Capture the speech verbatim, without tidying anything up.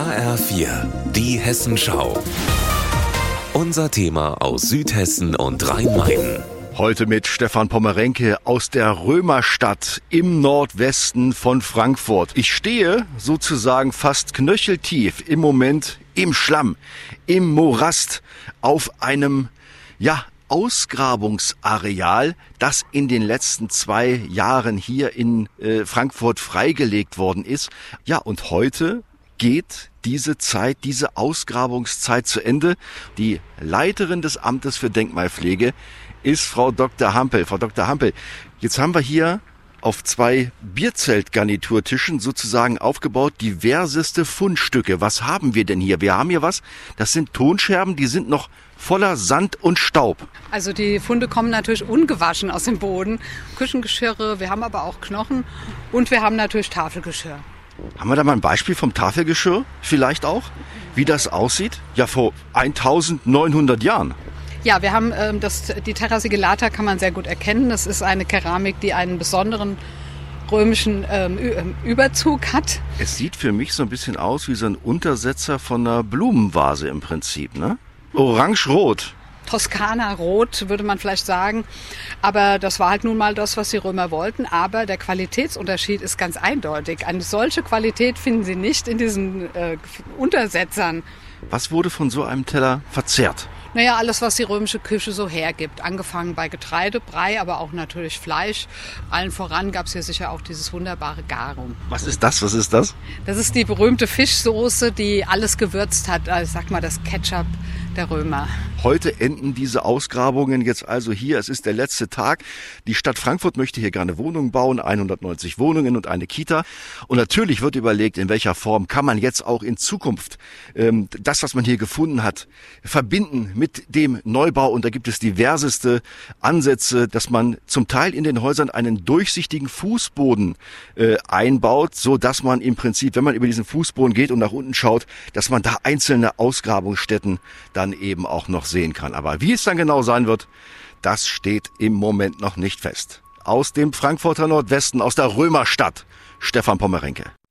H R vier, die Hessenschau. Unser Thema aus Südhessen und Rhein-Main. Heute mit Stefan Pommerenke aus der Römerstadt im Nordwesten von Frankfurt. Ich stehe sozusagen fast knöcheltief im Moment im Schlamm, im Morast, auf einem, ja, Ausgrabungsareal, das in den letzten zwei Jahren hier in äh, Frankfurt freigelegt worden ist. Ja, und heute geht diese Zeit, diese Ausgrabungszeit zu Ende. Die Leiterin des Amtes für Denkmalpflege ist Frau Doktor Hampel. Frau Doktor Hampel, jetzt haben wir hier auf zwei Bierzeltgarniturtischen sozusagen aufgebaut diverseste Fundstücke. Was haben wir denn hier? Wir haben hier was, das sind Tonscherben, die sind noch voller Sand und Staub. Also die Funde kommen natürlich ungewaschen aus dem Boden. Küchengeschirre, wir haben aber auch Knochen und wir haben natürlich Tafelgeschirr. Haben wir da mal ein Beispiel vom Tafelgeschirr vielleicht auch? Wie das aussieht? Ja, vor eintausendneunhundert Jahren. Ja, wir haben ähm, das, die Terra Sigillata kann man sehr gut erkennen. Das ist eine Keramik, die einen besonderen römischen ähm, Überzug hat. Es sieht für mich so ein bisschen aus wie so ein Untersetzer von einer Blumenvase im Prinzip, ne? Orange-rot. Toskana-rot, würde man vielleicht sagen. Aber das war halt nun mal das, was die Römer wollten. Aber der Qualitätsunterschied ist ganz eindeutig. Eine solche Qualität finden Sie nicht in diesen äh, Untersetzern. Was wurde von so einem Teller verzehrt? Naja, alles, was die römische Küche so hergibt. Angefangen bei Getreide, Brei, aber auch natürlich Fleisch. Allen voran gab es hier sicher auch dieses wunderbare Garum. Was ist das? Was ist das? Das ist die berühmte Fischsoße, die alles gewürzt hat. Also, sag mal, das Ketchup der Römer. Heute enden diese Ausgrabungen jetzt also hier. Es ist der letzte Tag. Die Stadt Frankfurt möchte hier gerne Wohnungen bauen, hundertneunzig Wohnungen und eine Kita. Und natürlich wird überlegt, in welcher Form kann man jetzt auch in Zukunft ähm, das, was man hier gefunden hat, verbinden mit dem Neubau. Und da gibt es diverseste Ansätze, dass man zum Teil in den Häusern einen durchsichtigen Fußboden äh, einbaut, so dass man im Prinzip, wenn man über diesen Fußboden geht und nach unten schaut, dass man da einzelne Ausgrabungsstätten dann eben auch noch sehen kann. Aber wie es dann genau sein wird, das steht im Moment noch nicht fest. Aus dem Frankfurter Nordwesten, aus der Römerstadt, Stefan Pommerenke.